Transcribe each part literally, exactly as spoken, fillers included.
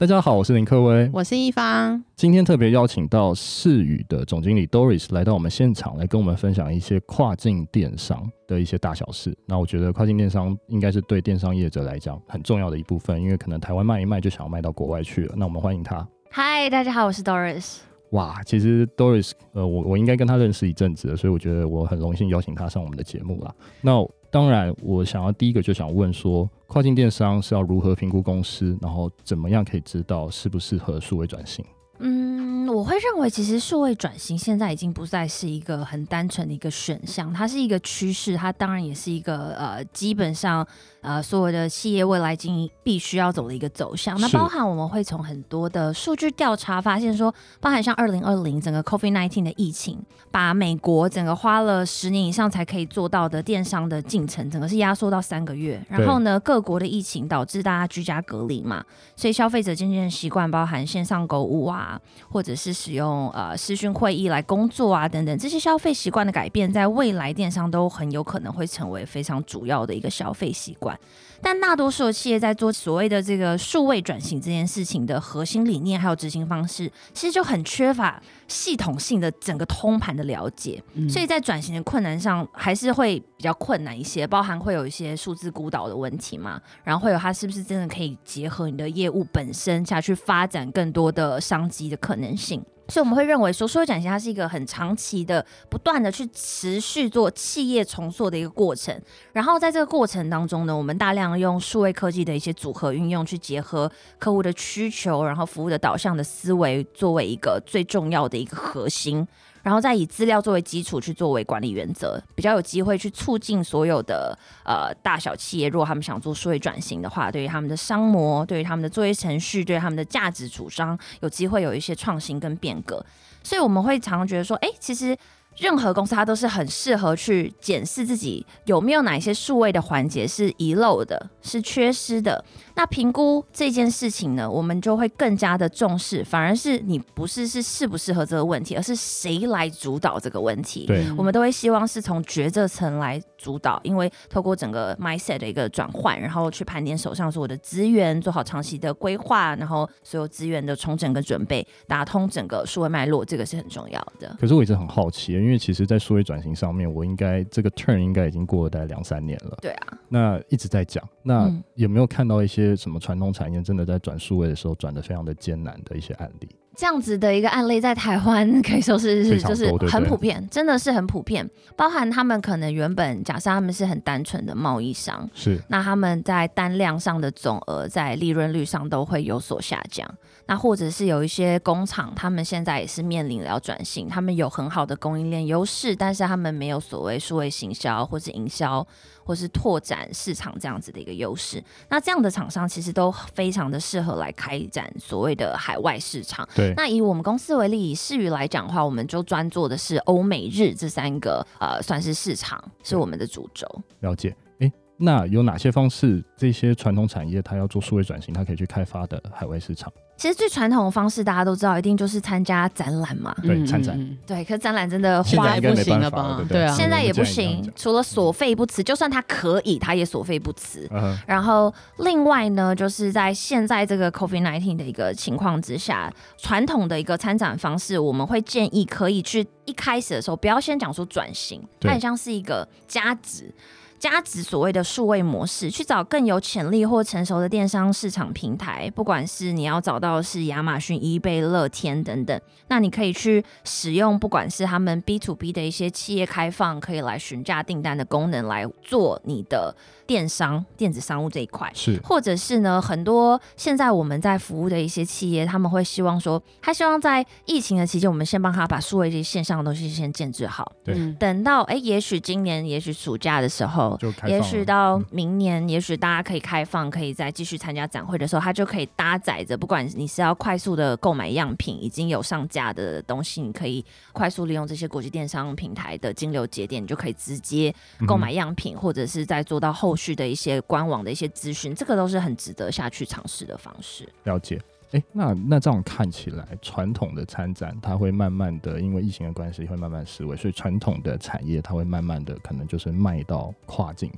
大家好，我是林克威， 我是一方。 今天特别邀请到世宇的总经理 Doris 来到我们现场，来跟我们分享一些跨境电商的一些大小事。那我觉得跨境电商应该是对电商业者来讲很重要的一部分，因为可能台湾卖一卖就想要卖到国外去了。那我们欢迎他。 嗨，大家好，我是 Doris。 哇，其实 Doris， 呃，我我应该跟他认识一阵子了，所以我觉得我很荣幸邀请他上我们的节目啦。那当然，我想要第一个就想问说，跨境电商是要如何评估公司，然后怎么样可以知道适不适合数位转型？ 嗯，我会认为其实数位转型现在已经不再是一个很单纯的一个选项，它是一个趋势，它当然也是一个呃，基本上呃所有的企业未来经营必须要走的一个走向。那包含我们会从很多的数据调查发现说，包含像二零二零整个 COVID 十九 的疫情，把美国整个花了十年以上才可以做到的电商的进程，整个是压缩到三个月。然后呢，各国的疫情导致大家居家隔离嘛，所以消费者渐渐习惯包含线上购物啊，或者是使用呃视讯会议来工作啊等等，这些消费习惯的改变，在未来电商都很有可能会成为非常主要的一个消费习惯。但大多数的企业在做所谓的这个数位转型这件事情的核心理念还有执行方式，其实就很缺乏系统性的整个通盘的了解、嗯、所以在转型的困难上还是会比较困难一些，包含会有一些数字孤岛的问题嘛，然后会有它是不是真的可以结合你的业务本身下去发展更多的商机的可能性。所以我们会认为说，数位转型它是一个很长期的不断的去持续做企业重塑的一个过程，然后在这个过程当中呢，我们大量用数位科技的一些组合运用，去结合客户的需求，然后服务的导向的思维作为一个最重要的一个核心，然后再以资料作为基础去作为管理原则，比较有机会去促进所有的呃大小企业，如果他们想做数位转型的话，对于他们的商模，对于他们的作业程序，对于他们的价值主张，有机会有一些创新跟变革。所以我们会常常觉得说，哎，其实任何公司它都是很适合去检视自己有没有哪一些数位的环节是遗漏的，是缺失的。那评估这件事情呢，我们就会更加的重视，反而是你不是是适不适合这个问题，而是谁来主导这个问题。 对， 我们都会希望是从决策层来主导，因为透过整个 mindset 的一个转换，然后去盘点手上所有的资源，做好长期的规划，然后所有资源的重整跟准备，打通整个数位脉络，这个是很重要的。 可是我一直很好奇，因为其实在数位转型上面，我应该这个 turn 应该已经过了大概两三年了。 对啊， 那一直在讲，那有没有看到一些什么传统产业真的在转数位的时候转得非常的艰难的一些案例？ 这样子的一个案例在台湾可以说是就是很普遍，真的是很普遍。包含他们可能原本假设他们是很单纯的贸易商， 是那他们在单量上的总额在利润率上都会有所下降。那或者是有一些工厂，他们现在也是面临了要转型，他们有很好的供应链优势，但是他们没有所谓数位行销或是营销或是拓展市场这样子的一个优势。那这样的厂商其实都非常的适合来开展所谓的海外市场。 对， 那以我们公司为例，以世宇来讲的话，我们就专做的是欧美日这三个呃算是市场，是我们的主轴。 了解。那有哪些方式这些传统产业它要做数位转型，它可以去开发的海外市场？ 其实最传统的方式大家都知道，一定就是参加展览嘛。 对，参展。 对，可是展览真的现在应该没办法了吧？ 对不对？对啊， 现在也不行，除了所费不辞，就算他可以，他也所费不辞。 嗯、 然后另外呢，就是在现在这个 COVID 十九 的一个情况之下，传统的一个参展方式，我们会建议可以去一开始的时候不要先讲说转型，它很像是一个加值。加值所谓的数位模式，去找更有潜力或成熟的电商市场平台，不管是你要找到的是亚马逊、eBay、乐天等等，那你可以去使用不管是他们 B to B 的一些企业开放，可以来询价订单的功能来做你的电商、电子商务这一块， 是， 或者是呢，很多现在我们在服务的一些企业，他们会希望说，他希望在疫情的期间，我们先帮他把数位这些线上的东西先建制好， 对， 等到哎，也许今年，也许暑假的时候。也许到明年、嗯、也许大家可以开放，可以再继续参加展会的时候，它就可以搭载着，不管你是要快速的购买样品，已经有上架的东西，你可以快速利用这些国际电商平台的金流节点，你就可以直接购买样品、嗯、或者是再做到后续的一些官网的一些资讯，这个都是很值得下去尝试的方式。 了解。哎，那那这样看起来，传统的参展它会慢慢的，因为疫情的关系会慢慢式微，所以传统的产业它会慢慢的可能就是卖到跨境去。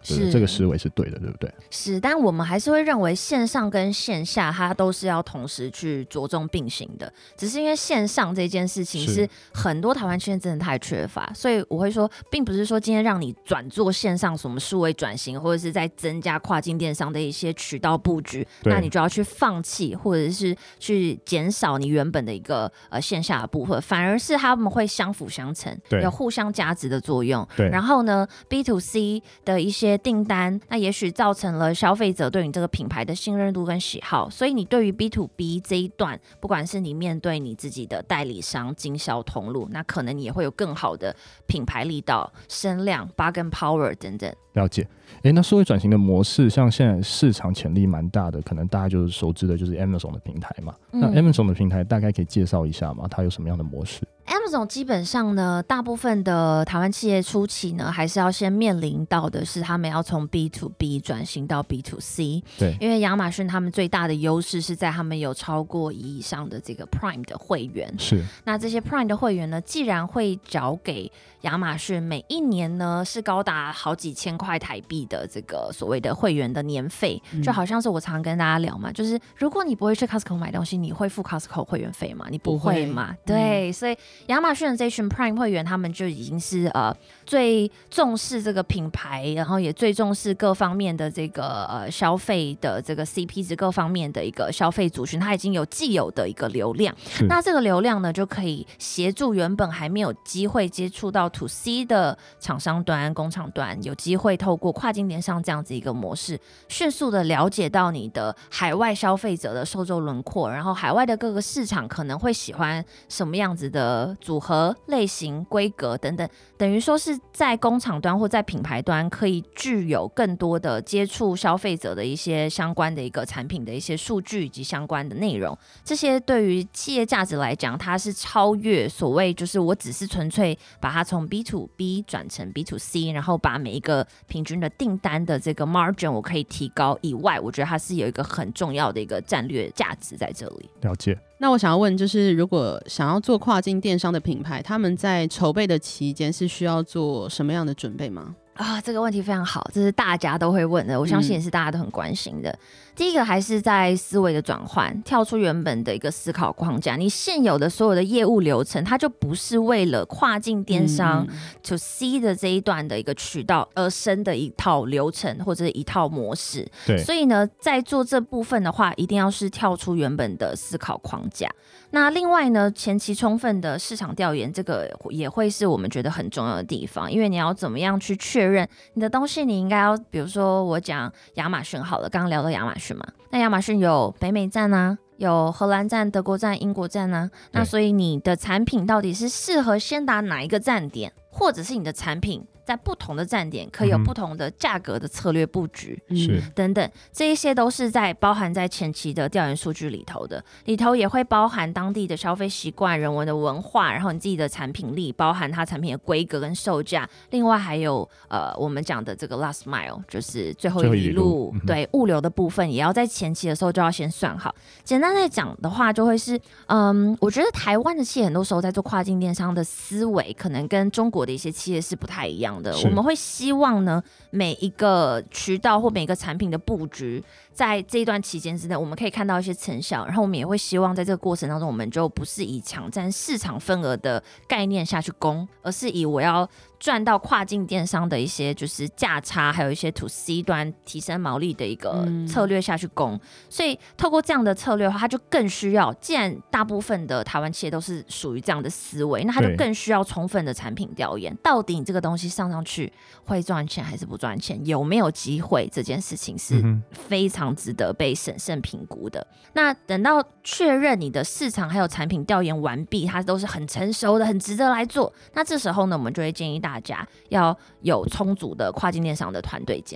对，这个思维是对的，对不对？ 是，但我们还是会认为线上跟线下它都是要同时去着重并行的，只是因为线上这件事情是很多台湾企业真的太缺乏，所以我会说并不是说今天让你转做线上什么数位转型，或者是在增加跨境电商的一些渠道布局，那你就要去放弃或者是去减少你原本的一个呃线下的部分，反而是他们会相辅相成，有互相加值的作用。然后呢 B to C 的一些订单，那也许造成了消费者对你这个品牌的信任度跟喜好，所以你对于 B to B 这一段，不管是你面对你自己的代理商、经销通路，那可能你也会有更好的品牌力道、声量、bargain power 等等。 了解。诶，那数位转型的模式，像现在市场潜力蛮大的，可能大家就是熟知的就是 Amazon 的平台嘛。嗯、那 Amazon 的平台大概可以介绍一下吗？它有什么样的模式 ？Amazon 基本上呢，大部分的台湾企业初期呢，还是要先面临到的是他们要从 B to B 转型到 B to C。 对， 因为亚马逊他们最大的优势是在他们有超过一以上的这个 Prime 的会员。 是， 那这些 Prime 的会员呢，既然会缴给亚马逊每一年呢是高达好几千块台币的这个所谓的会员的年费，嗯、就好像是我常跟大家聊嘛，就是如果你不会去 Costco 买东西，你会付 Costco 会员费吗？你不会嘛？会对，嗯、所以亚马逊的这群 Prime 会员，他们就已经是呃最重视这个品牌，然后也最重视各方面的这个呃消费的这个 C P 值各方面的一个消费族群，他已经有既有的一个流量，那这个流量呢就可以协助原本还没有机会接触到 To C 的厂商端、工厂端，有机会透过跨境电商这样子一个模式，迅速的了解到你的海外消费者的受众轮廓，然后海外的各个市场可能会喜欢什么样子的组合、类型、规格等等，等于说是在工厂端或在品牌端可以具有更多的接触消费者的一些相关的一个产品的一些数据以及相关的内容，这些对于企业价值来讲，它是超越所谓就是我只是纯粹把它从 B to B 转成 B to C， 然后把每一个平均的订单的这个 margin 我可以提高以外，我觉得它是有一个很重要的一个战略价值在这里。 了解。 那我想要问，就是如果想要做跨境电商的品牌，他们在筹备的期间是需要做什么样的准备吗？ 啊，这个问题非常好，这是大家都会问的，我相信也是大家都很关心的。嗯、第一个还是在思维的转换，跳出原本的一个思考框架，你现有的所有的业务流程，它就不是为了跨境电商 to C 的这一段的一个渠道而生的一套流程或者一套模式。 对， 所以呢，在做这部分的话，一定要是跳出原本的思考框架。那另外呢，前期充分的市场调研，这个也会是我们觉得很重要的地方，因为你要怎么样去确认你的东西，你应该要，比如说我讲亚马逊好了，刚刚聊到亚马逊嘛，那亚马逊有北美站啊，有荷兰站、德国站、英国站啊，那所以你的产品到底是适合先打哪一个站点，或者是你的产品在不同的站点可以有不同的价格的策略布局， 是、 嗯、等等，这一些都是在包含在前期的调研数据里头的，里头也会包含当地的消费习惯、人文的文化，然后你自己的产品力，包含它产品的规格跟售价，另外还有呃我们讲的这个 last mile， 就是最后一里路，嗯、对物流的部分，也要在前期的时候就要先算好。简单来讲的话，就会是嗯，我觉得台湾的企业很多时候在做跨境电商的思维，可能跟中国的一些企业是不太一样的。我们会希望呢，每一个渠道或每一个产品的布局，在这一段期间之内，我们可以看到一些成效。然后我们也会希望在这个过程当中，我们就不是以抢占市场份额的概念下去攻，而是以我要赚到跨境电商的一些就是价差，还有一些 to C 端提升毛利的一个策略下去攻。嗯、所以透过这样的策略的话，它就更需要，既然大部分的台湾企业都是属于这样的思维，那它就更需要充分的产品调研，到底你这个东西上上去会赚钱还是不赚钱，有没有机会，这件事情是非常值得被审慎评估的。嗯、那等到确认你的市场还有产品调研完毕，它都是很成熟的，很值得来做，那这时候呢，我们就会建议大家要有充足的跨境电商的团队建制。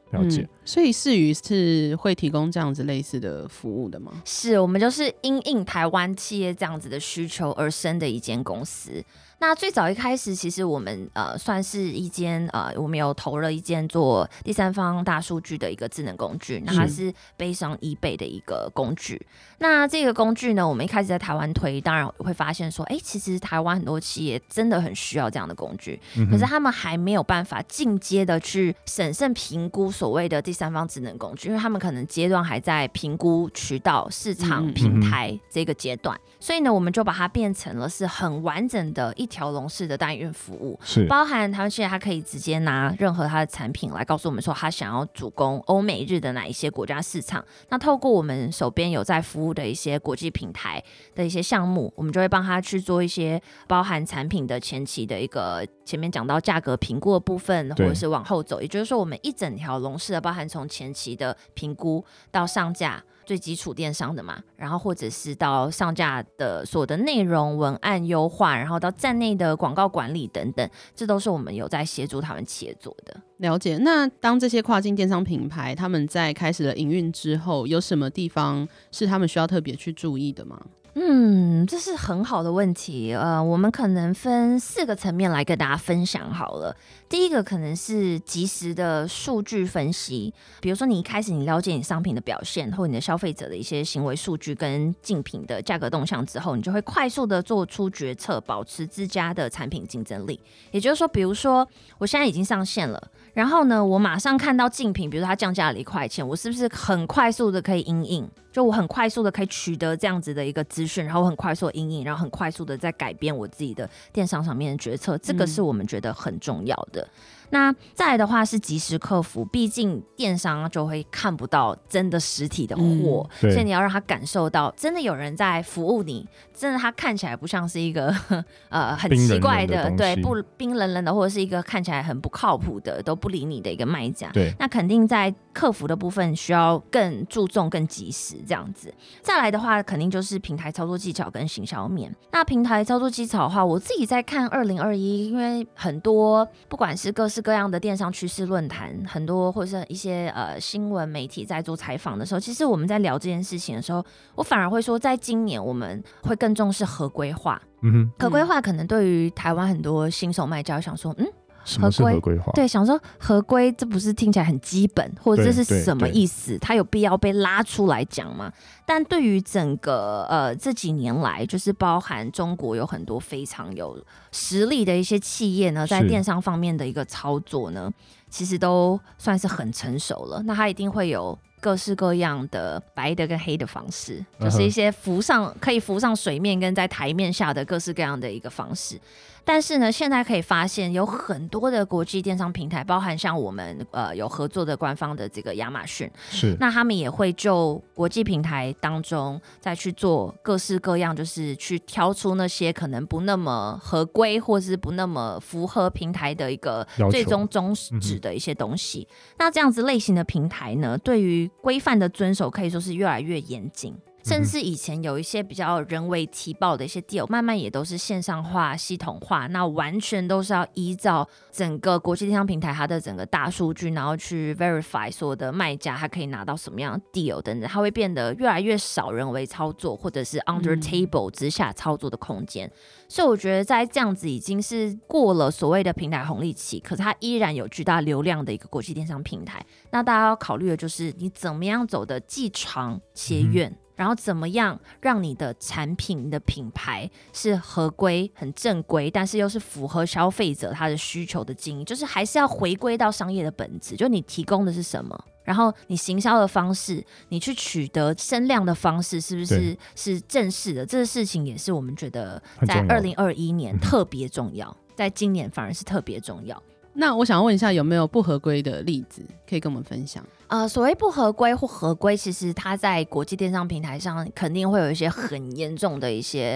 了解、嗯、 所以世宇是会提供这样子类似的服务的吗？ 是，我们就是因应台湾企业这样子的需求而生的一间公司。那最早一开始，其实我们呃算是一间呃，我们有投了一间做第三方大数据的一个智能工具，那它是背上eBay的一个工具。那这个工具呢，我们一开始在台湾推，当然会发现说，哎、欸，其实台湾很多企业真的很需要这样的工具，嗯、可是他们还没有办法进阶的去审慎评估所谓的第三方智能工具，因为他们可能阶段还在评估渠道、市场、平台这个阶段，所以呢，我们就把它变成了是很完整的一条龙式的代运服务，是包含台湾企业它可以直接拿任何它的产品来告诉我们说，他想要主攻欧美日的哪一些国家市场。那透过我们手边有在服务的一些国际平台的一些项目，我们就会帮他去做一些包含产品的前期的一个前面讲到价格评估的部分，或者是往后走，也就是说我们一整条龙式的，包含从前期的评估到上架。最基础电商的嘛，然后或者是到上架的所有的内容文案优化，然后到站内的广告管理等等，这都是我们有在协助他们企业做的。 了解。那当这些跨境电商品牌他们在开始了营运之后，有什么地方是他们需要特别去注意的吗？ 嗯，这是很好的问题。呃，我们可能分四个层面来跟大家分享好了。第一个可能是即时的数据分析，比如说你一开始你了解你商品的表现或你的消费者的一些行为数据跟竞品的价格动向之后，你就会快速的做出决策，保持自家的产品竞争力。也就是说，比如说我现在已经上线了，然后呢，我马上看到竞品，比如说它降价了一块钱，我是不是很快速的可以因应？就我很快速的可以取得这样子的一个资讯，然后我很快速的因应，然后很快速的在改变我自己的电商上面的决策，这个是我们觉得很重要的。嗯、那再来的话是即时客服，毕竟电商就会看不到真的实体的货、嗯，所以你要让他感受到真的有人在服务你，真的他看起来不像是一个呃很奇怪的， 冰冷冷的对，不冰冷冷的，或者是一个看起来很不靠谱的，都不理你的一个卖家。 对， 那肯定在客服的部分需要更注重、更及时这样子。再来的话，肯定就是平台操作技巧跟行销面。那平台操作技巧的话，我自己在看二零二一，因为很多不管是各式各样的电商趋势论坛，很多或者是一些呃新闻媒体在做采访的时候，其实我们在聊这件事情的时候，我反而会说，在今年我们会更重视合规化。嗯哼，合规化可能对于台湾很多新手卖家想说，嗯。 什么是合规化？ 对，想说合规这不是听起来很基本，或者这是什么意思？它有必要被拉出来讲吗？但对于整个呃这几年来，就是包含中国有很多非常有实力的一些企业呢，在电商方面的一个操作呢，其实都算是很成熟了。那它一定会有各式各样的白的跟黑的方式，就是一些浮上可以浮上水面跟在台面下的各式各样的一个方式。但是呢，现在可以发现有很多的国际电商平台，包含像我们呃有合作的官方的这个亚马逊，是那他们也会就国际平台当中再去做各式各样，就是去挑出那些可能不那么合规或是不那么符合平台的一个最终宗旨的一些东西。嗯、那这样子类型的平台呢，对于规范的遵守可以说是越来越严谨。甚至以前有一些比较人为提报的一些 deal， 慢慢也都是线上化、系统化，那完全都是要依照整个国际电商平台它的整个大数据，然后去 verify 所有的卖家他可以拿到什么样的 deal 等等，它会变得越来越少人为操作，或者是 under table 之下操作的空间。嗯、所以我觉得在这样子已经是过了所谓的平台红利期，可是它依然有巨大流量的一个国际电商平台。那大家要考虑的就是你怎么样走的既长且远。嗯，然后怎么样让你的产品、你的品牌是合规、很正规，但是又是符合消费者他的需求的经营，就是还是要回归到商业的本质，就你提供的是什么，然后你行销的方式，你去取得声量的方式是不是是正式的？这个事情也是我们觉得在二零二一年特别重要，在今年反而是特别重要。 那我想问一下，有没有不合规的例子可以跟我们分享？ 呃，所谓不合规或合规，其实它在国际电商平台上肯定会有一些很严重的一些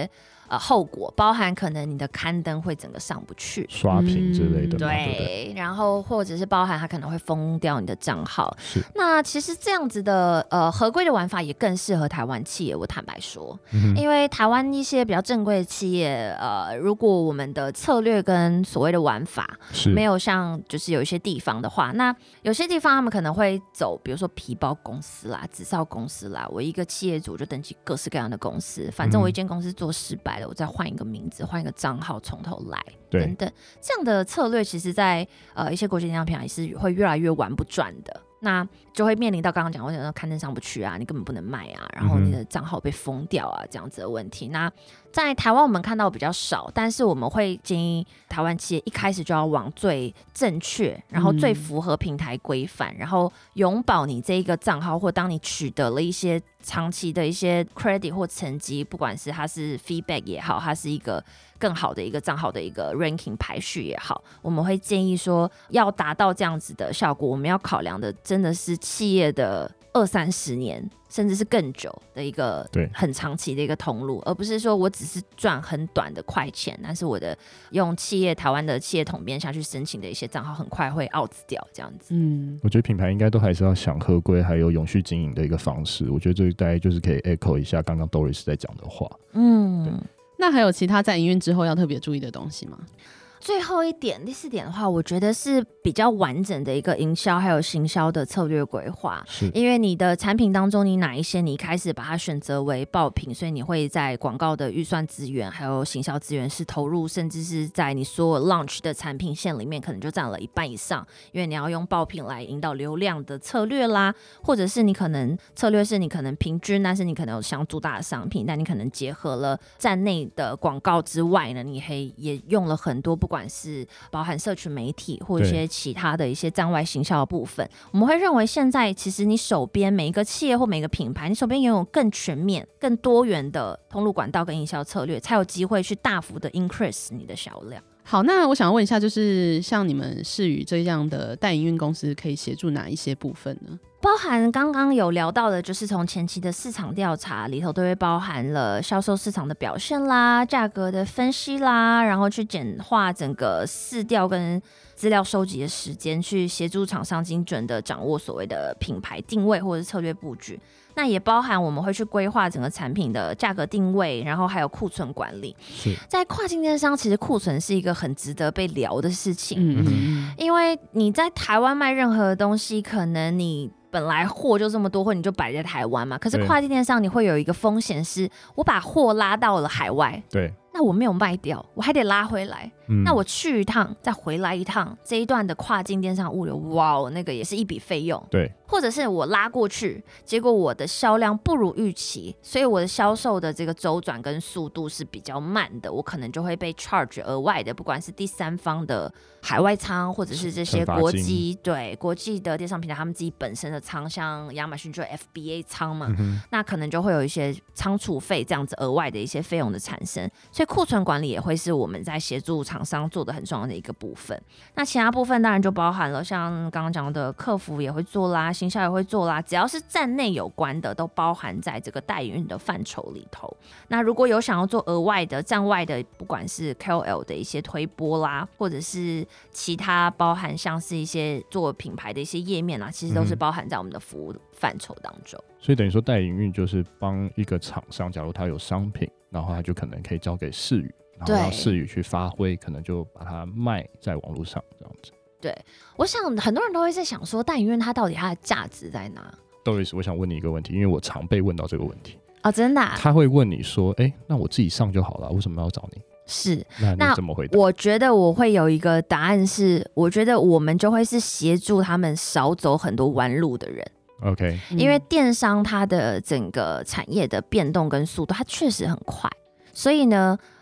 呃后果，包含可能你的刊登会整个上不去， 刷屏之类的嘛， 对， 对不对？ 然后或者是包含它可能会封掉你的账号。 是， 那其实这样子的呃合规的玩法也更适合台湾企业，我坦白说， 嗯、 因为台湾一些比较正规的企业，呃，如果我们的策略跟所谓的玩法没有像就是有一些地方的话，那有些地方他们可能会走，比如说皮包公司啦、纸造公司啦，我一个企业主就登记各式各样的公司，反正我一间公司做失败了，我再换一个名字，换一个账号，从头来，等等，这样的策略其实在呃一些国际电商平台是会越来越玩不转的。那就会面临到刚刚讲，为什么刊登上不去啊？你根本不能卖啊，然后你的账号被封掉啊，这样子的问题。那在台湾我们看到比较少，但是我们会建议台湾企业一开始就要往最正确，然后最符合平台规范，嗯、然后永保你这一个账号，或当你取得了一些长期的一些 credit 或成绩，不管是它是 feedback 也好，它是一个更好的一个账号的一个 ranking 排序也好，我们会建议说，要达到这样子的效果，我们要考量的真的是企业的二三十年，甚至是更久的一个很长期的一个通路，而不是说我只是赚很短的快钱，但是我的用企业台湾的企业统编下去申请的一些账号很快会 out 掉这样子。 嗯，我觉得品牌应该都还是要想合规还有永续经营的一个方式，我觉得这大概就是可以 echo 一下刚刚 Doris 在讲的话。 嗯，那还有其他在营运之后要特别注意的东西吗？ 最后一点，第四点的话，我觉得是比较完整的一个营销还有行销的策略规划。因为你的产品当中，你哪一些你一开始把它选择为爆品，所以你会在广告的预算资源还有行销资源是投入，甚至是在你所有 launch 的产品线里面，可能就占了一半以上。因为你要用爆品来引导流量的策略啦，或者是你可能策略是你可能平均，但是你可能有想主打的商品，但你可能结合了站内的广告之外呢，你还也用了很多不。不管是包含社群媒体或一些其他的一些站外行销的部分，我们会认为现在其实你手边每一个企业或每个品牌，你手边拥有更全面、更多元的通路管道跟营销策略，才有机会去大幅的 increase 你的销量。 好，那我想问一下，就是像你们世宇这样的代营运公司，可以协助哪一些部分呢？ 包含刚刚有聊到的，就是从前期的市场调查里头，都会包含了销售市场的表现啦、价格的分析啦，然后去简化整个市调跟资料收集的时间，去协助厂商精准的掌握所谓的品牌定位或者是策略布局。那也包含我们会去规划整个产品的价格定位，然后还有库存管理。在跨境电商，其实库存是一个很值得被聊的事情，嗯、因为你在台湾卖任何的东西，可能你本来货就这么多，或你就摆在台湾嘛。可是跨境电商你会有一个风险，是我把货拉到了海外， 对， 那我没有卖掉，我还得拉回来。嗯、那我去一趟，再回来一趟，这一段的跨境电商物流，哇，那个也是一笔费用。 对， 或者是我拉过去，结果我的销量不如预期，所以我的销售的这个周转跟速度是比较慢的，我可能就会被 charge 额外的，不管是第三方的海外仓，或者是这些国际对国际的电商平台他们自己本身的仓，像亚马逊就 F B A 仓嘛、嗯，那可能就会有一些仓储费这样子额外的一些费用的产生，所以库存管理也会是我们在协助厂商做的很重要的一个部分。那其他部分当然就包含了像刚刚讲的客服也会做啦，行销也会做啦，只要是站内有关的都包含在这个代营运的范畴里头。那如果有想要做额外的站外的，不管是 K O L 的一些推播啦，或者是其他包含像是一些做品牌的一些页面啦，其实都是包含在我们的服务范畴当中、嗯、 所以等于说代营运就是帮一个厂商，假如他有商品，然后他就可能可以交给世宇，然后让世宇去发挥，可能就把它卖在网络上这样子。 对，我想很多人都会在想说代营运它到底它的价值在哪。 Doris， 我想问你一个问题，因为我常被问到这个问题。 哦，真的、啊？ 他会问你说，哎，那我自己上就好了，为什么要找你？ 是， 那你怎么回答？ 我觉得我会有一个答案是，我觉得我们就会是协助他们少走很多弯路的人。 OK， 因为电商它的整个产业的变动跟速度，它确实很快，所以呢，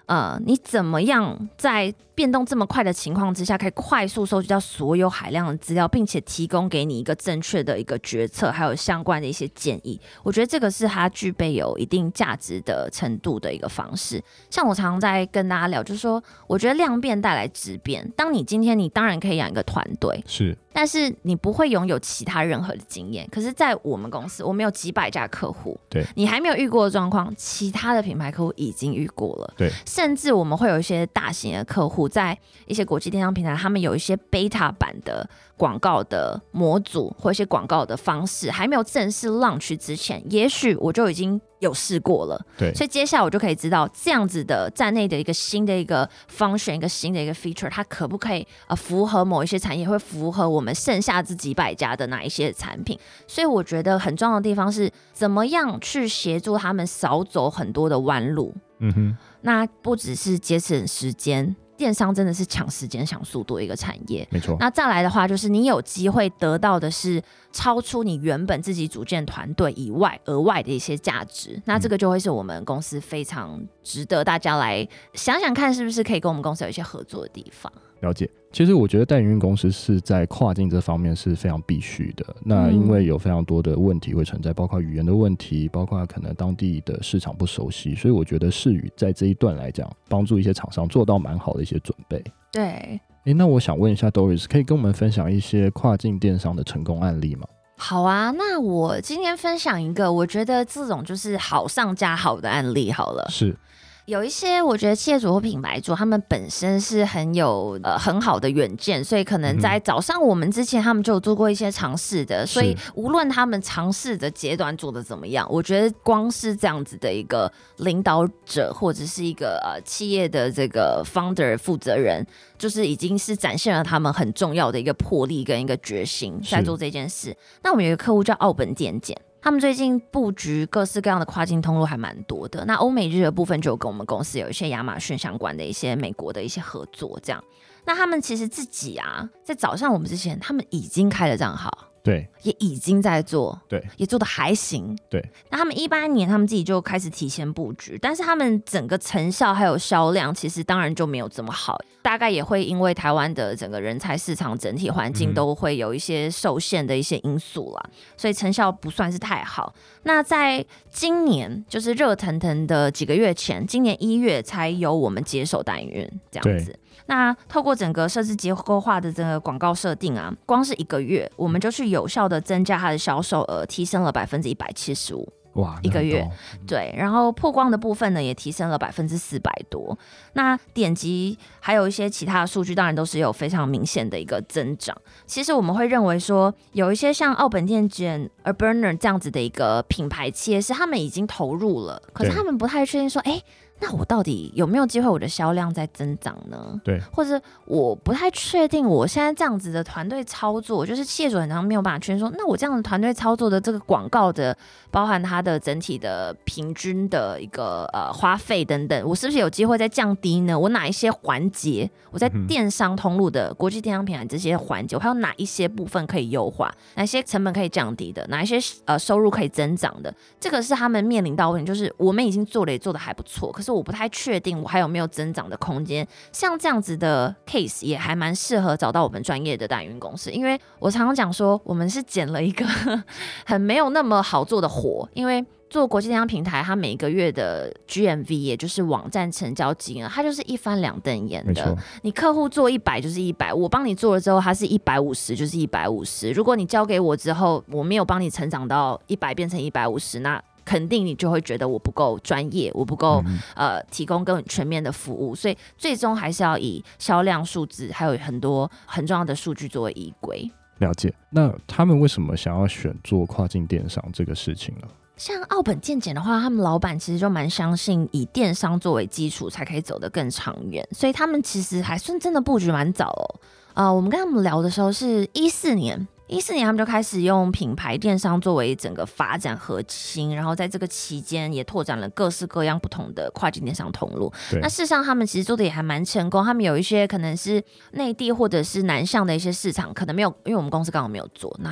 呃，你怎么样在变动这么快的情况之下，可以快速收集到所有海量的资料，并且提供给你一个正确的一个决策，还有相关的一些建议。我觉得这个是它具备有一定价值的程度的一个方式。像我常常在跟大家聊，就是说，我觉得量变带来质变。当你今天你当然可以养一个团队， 是， 但是你不会拥有其他任何的经验。可是，在我们公司，我们有几百家客户， 对， 你还没有遇过的状况，其他的品牌客户已经遇过了， 对， 甚至我们会有一些大型的客户，在一些国际电商平台，他们有一些 beta 版的广告的模组或一些广告的方式，还没有正式 launch 之前，也许我就已经有试过了， 对， 所以接下来我就可以知道这样子的站内的一个新的一个 function， 一个新的一个 feature， 它可不可以呃符合某一些产业，会符合我们剩下这几百家的哪一些产品。所以我觉得很重要的地方是怎么样去协助他们少走很多的弯路。 嗯哼， 那不只是节省时间，电商真的是抢时间抢速度的一个产业， 没错。 那再来的话，就是你有机会得到的是超出你原本自己组建团队以外额外的一些价值，那这个就会是我们公司非常值得大家来想想看，是不是可以跟我们公司有一些合作的地方。 了解，其实我觉得代营运公司是在跨境这方面是非常必须的。那因为有非常多的问题会存在，包括语言的问题，包括可能当地的市场不熟悉，所以我觉得世宇在这一段来讲，帮助一些厂商做到蛮好的一些准备。 对， 诶，那我想问一下 Doris， 可以跟我们分享一些跨境电商的成功案例吗？ 好啊，那我今天分享一个，我觉得这种就是好上加好的案例好了。 是。 有一些我觉得企业主或品牌主他们本身是很有呃很好的远见，所以可能在早上我们之前他们就有做过一些尝试的，所以无论他们尝试的阶段做的怎么样，我觉得光是这样子的一个领导者或者是一个呃企业的这个 founder 负责人，就是已经是展现了他们很重要的一个魄力跟一个决心在做这件事。那我们有一个客户叫奥本电剪，他们最近布局各式各样的跨境通路还蛮多的。那欧美日的部分就有跟我们公司有一些亚马逊相关的一些美国的一些合作，这样。那他们其实自己啊，在早上我们之前，他们已经开了账号， 对， 也已经在做， 对， 也做的还行， 对。 那他们一八年他们自己就开始提前布局，但是他们整个成效还有销量，其实当然就没有这么好，大概也会因为台湾的整个人才市场整体环境都会有一些受限的一些因素啦，所以成效不算是太好。那在今年就是热腾腾的几个月前，今年一月才由我们接手代营运这样子。那透过整个设置结构化的这个广告设定啊，光是一个月，我们就去有效的增加它的销售额，提升了百分之一百七十五。 哇， 一个月，对，然后曝光的部分呢也提升了百分之四百多。那点击还有一些其他的数据，当然都是有非常明显的一个增长。其实我们会认为说，有一些像奥本电剪、Urbanner 这样子的一个品牌企业，是他们已经投入了，可是他们不太确定说，哎。那我到底有没有机会我的销量在增长呢？ 对， 或者我不太确定我现在这样子的团队操作，就是企业主很常没有办法确认说，那我这样的团队操作的这个广告的，包含它的整体的平均的一个呃花费等等，我是不是有机会再降低呢？我哪一些环节，我在电商通路的国际电商平台这些环节，我还有哪一些部分可以优化，哪些成本可以降低的，哪一些呃收入可以增长的，这个是他们面临到的问题，就是我们已经做了也做的还不错，可是我不太确定我还有没有增长的空间。像这样子的 case 也还蛮适合找到我们专业的代营运公司，因为我常常讲说我们是捡了一个很没有那么好做的活，因为做国际电商平台，它每个月的 G M V 也就是网站成交金额，它就是一翻两瞪眼的。你客户做一百就是一百，我帮你做了之后，它是一百五十就是一百五十。如果你交给我之后，我没有帮你成长到一百变成一百五十，那肯定你就会觉得我不够专业，我不够、嗯、呃提供更全面的服务，所以最终还是要以销量数字还有很多很重要的数据作为依归。 了解。那他们为什么想要选做跨境电商这个事情呢？ 像奥本电剪的话，他们老板其实就蛮相信以电商作为基础才可以走得更长远，所以他们其实还算真的布局蛮早哦。呃，我们跟他们聊的时候是一四年。一四年他们就开始用品牌电商作为整个发展核心，然后在这个期间也拓展了各式各样不同的跨境电商通路。那事实上他们其实做的也还蛮成功，他们有一些可能是内地或者是南向的一些市场可能没有，因为我们公司刚好没有做，那他们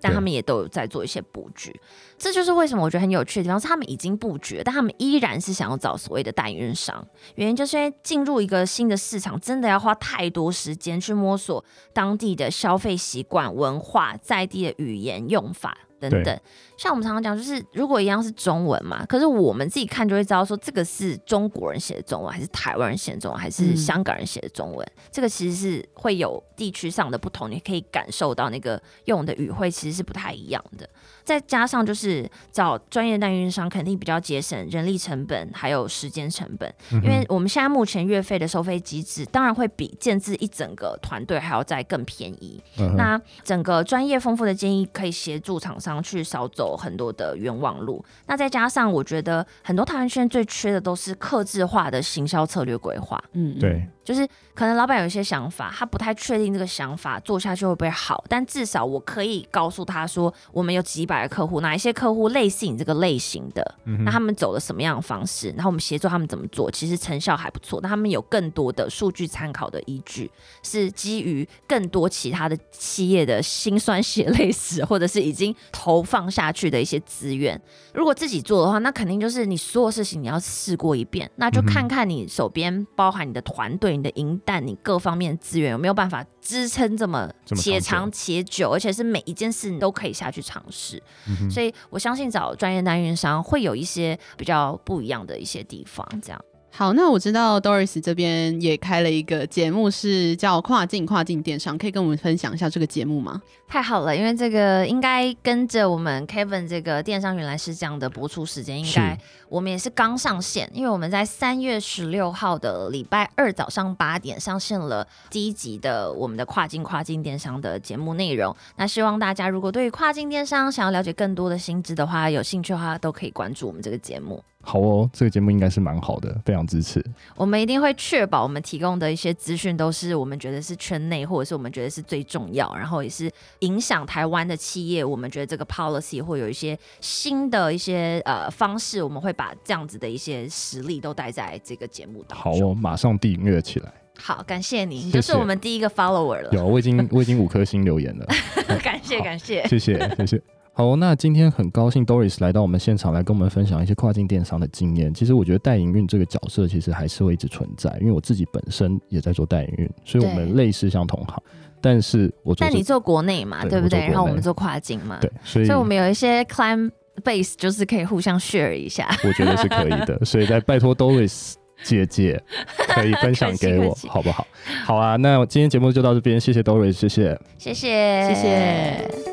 但他们也都有在做一些布局。这就是为什么我觉得很有趣的地方，是他们已经布局了，但他们依然是想要找所谓的代理运商。原因就是因为进入一个新的市场，真的要花太多时间去摸索当地的消费习惯、文化、在地的语言用法等等。像我们常常讲，就是如果一样是中文嘛，可是我们自己看就会知道说，这个是中国人写的中文，还是台湾人写的中文，还是香港人写的中文、嗯、这个其实是会有地区上的不同，你可以感受到那个用的语汇其实是不太一样的。再加上就是找专业的代理运商肯定比较节省人力成本还有时间成本、嗯、因为我们现在目前月费的收费机制当然会比建制一整个团队还要再更便宜、嗯、那整个专业丰富的建议可以协助厂商去少走很多的冤枉路。那再加上我觉得很多台湾圈最缺的都是客制化的行销策略规划。 嗯，对， 就是可能老板有一些想法，他不太确定这个想法做下去会不会好，但至少我可以告诉他说，我们有几百个客户，哪一些客户类似你这个类型的、嗯、那他们走了什么样的方式，然后我们协助他们怎么做，其实成效还不错。那他们有更多的数据参考的依据，是基于更多其他的企业的辛酸血泪史，或者是已经投放下去的一些资源。如果自己做的话，那肯定就是你所有事情你要试过一遍，那就看看你手边包含你的团队、你的营弹、你各方面资源有没有办法支撑这么且长且久，而且是每一件事你都可以下去尝试、嗯、所以我相信找专业代理商会有一些比较不一样的一些地方。这样好，那我知道 Doris 这边也开了一个节目，是叫跨境跨境电商，可以跟我们分享一下这个节目吗？ 太好了，因为这个应该跟着我们 Kevin 这个电商原来是这样的播出时间，应该我们也是刚上线，因为我们在三月十六号的礼拜二早上八点上线了第一集的我们的跨境跨境电商的节目内容。那希望大家如果对于跨境电商想要了解更多的新知的话，有兴趣的话都可以关注我们这个节目。 好哦，这个节目应该是蛮好的，非常支持。 我们一定会确保我们提供的一些资讯都是我们觉得是圈内，或者是我们觉得是最重要，然后也是影响台湾的企业，我们觉得这个 policy 会有一些新的一些呃方式，我们会把这样子的一些实力都带在这个节目当中。 好哦，马上订阅起来。 好，感谢你，你就是我们第一个 follower 了。 有，我已经我已经五颗星留言了。 感谢感谢， 谢谢谢谢。好，那今天很高兴 Doris 来到我们现场来跟我们分享一些跨境电商的经验。其实我觉得代营运这个角色其实还是会一直存在，因为我自己本身也在做代营运，所以我们类似像同行，但是我做但你做国内嘛， 对, 对不对？然后我们做跨境嘛， 对，所以所以我们有一些 client base 就是可以互相 share 一下， 我觉得是可以的。所以再拜托 Doris 姐姐可以分享给我好不好？好啊，那今天节目就到这边，谢谢 Doris， 谢谢， 谢谢， 谢谢。